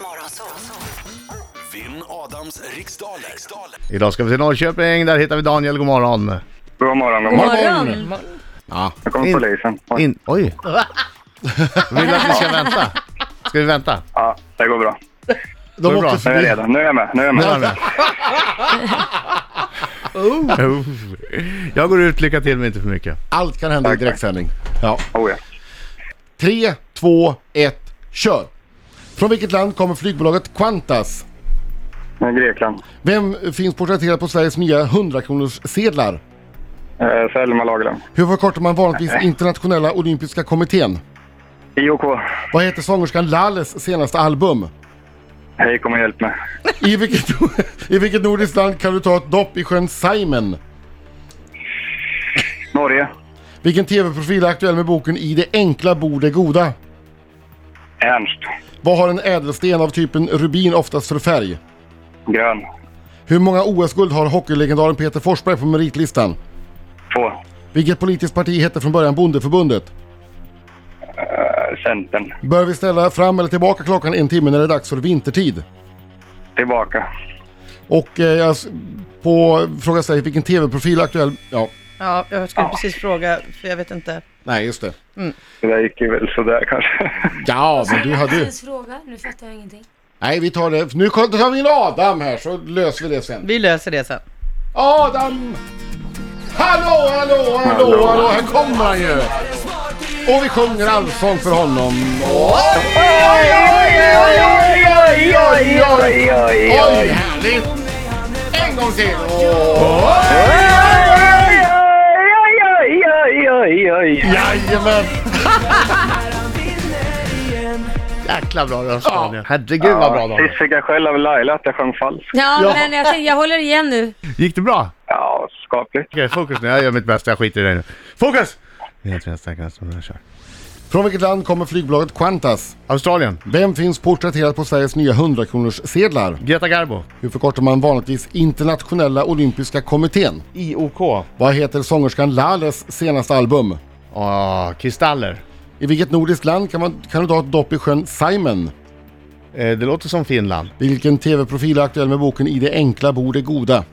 Morgonzoo. Vinn Adams riksdaler. Idag ska vi till Norrköping, där hittar vi Daniel, god morgon. God morgon, god morgon. Ja. Jag kommer polisen. Oj. Vill du att vi ska vänta? Ska vi vänta? Ja, det går bra. Går det bra? Nu är jag redan. Nu är jag med. Jag går ut, lycka till men inte för mycket. Allt kan hända i direktsändning. Ja. Oh, ja. 3, 2, 1, kör! Från vilket land kommer flygbolaget Qantas? Grekland. Vem finns porträtterad på Sveriges nya 100-kronors sedlar? Selma Lagerlöf. Hur förkortar man vanligtvis internationella olympiska kommittén? IOK. Vad heter sångerskan Lales senaste album? Hej, kom och hjälp mig. I vilket nordiskt land kan du ta ett dopp i sjön Saimen? Norge. Vilken tv-profil är aktuell med boken I det enkla bor det goda? Ernst. Vad har en ädelsten av typen rubin oftast för färg? Grön. Hur många OS-guld har hockeylegendaren Peter Forsberg på meritlistan? 2. Vilket politiskt parti hette från början Bondeförbundet? Centern. Bör vi ställa fram eller tillbaka klockan en timme när det är dags för vintertid? Tillbaka. Och på fråga sig vilken tv-profil är aktuell? Ja, jag skulle precis fråga, för jag vet inte. nej just det. Det där gick ju väl sådär kanske. Ja, men du hade ju... fråga, nu fattar jag ingenting. Nej, vi tar det. Nu tar vi in Adam här så löser vi det sen. Vi löser det sen. Adam! Hallå, här kommer han ju! Och vi sjunger allsång för honom. Oj, härligt! En gång till! Jajamän! Jäkla bra röst, Daniel. Herregud vad bra, Daniel. Sist fick jag själv av Laila att jag sjöng falskt. Ja, men jag håller igen nu. Gick det bra? Ja, skapligt. Okej, fokus nu. Jag gör mitt bästa, jag skiter i dig nu. Fokus! Från vilket land kommer flygbolaget Qantas? Australien. Vem finns porträtterad på Sveriges nya 100-kronors sedlar? Greta Garbo. Hur förkortar man vanligtvis internationella olympiska kommittén? IOK. Vad heter sångerskan Lales senaste album? Kristaller. I vilket nordiskt land kan du ta ett dopp i sjön Saimen? Det låter som Finland. Vilken tv-profil är aktuell med boken I det enkla bor det goda?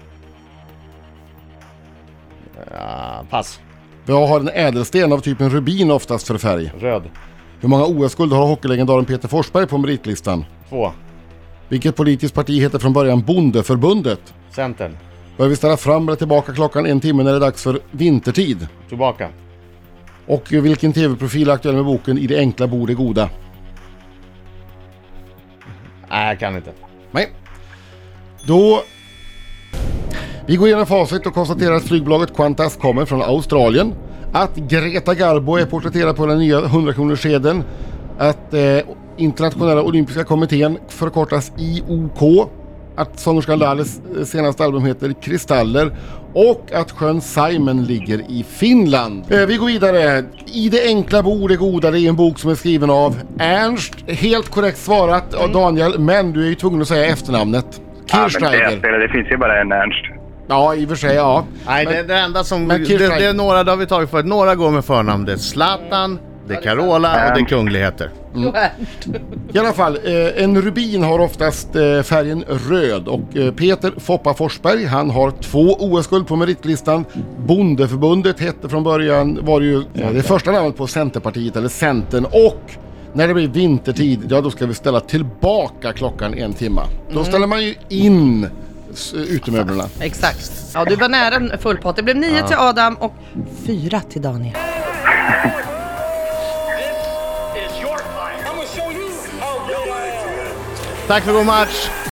Pass. Vad har en ädelsten av typen rubin oftast för färg? Röd. Hur många OS-guld har hockeylegendaren Peter Forsberg på meritlistan? 2. Vilket politiskt parti heter från början Bondeförbundet? Centern. Bör vi ställa fram eller tillbaka klockan en timme när det är dags för vintertid? Tillbaka. Och vilken tv-profil är aktuell med boken I det enkla bor det goda? Nej, jag kan inte. Nej. Då... Vi går igenom facit och konstaterar att flygbolaget Qantas kommer från Australien. Att Greta Garbo är porträtterad på den nya 100-kronorssedeln. Att internationella olympiska kommittén förkortas IOK. Att sångerskan Lales senaste album heter Kristaller. Och att sjön Saimen ligger i Finland. Vi går vidare. I det enkla bor det goda. Det är en bok som är skriven av Ernst. Helt korrekt svarat av Daniel. Men du är ju tvungen att säga efternamnet. Kirchsteiger. Det finns ju bara en Ernst. Ja, i och för sig, ja. Nej, men, det enda som... men det är några, där vi tagit för. Några går med förnamn. Det är Zlatan, det är Carola och det är kungligheter. I alla fall, en rubin har oftast färgen röd. Och Peter Foppa Forsberg, han har 2 OS-guld på meritlistan. Bondeförbundet hette från början, var ju det första namnet på Centerpartiet, eller Centern. Och när det blir vintertid, ja då ska vi ställa tillbaka klockan en timme. Då ställer man ju in utemöblerna. Exakt. Ja, du var nära en full pott. Det blev 9 till Adam och 4 till Daniel. Tack för god match.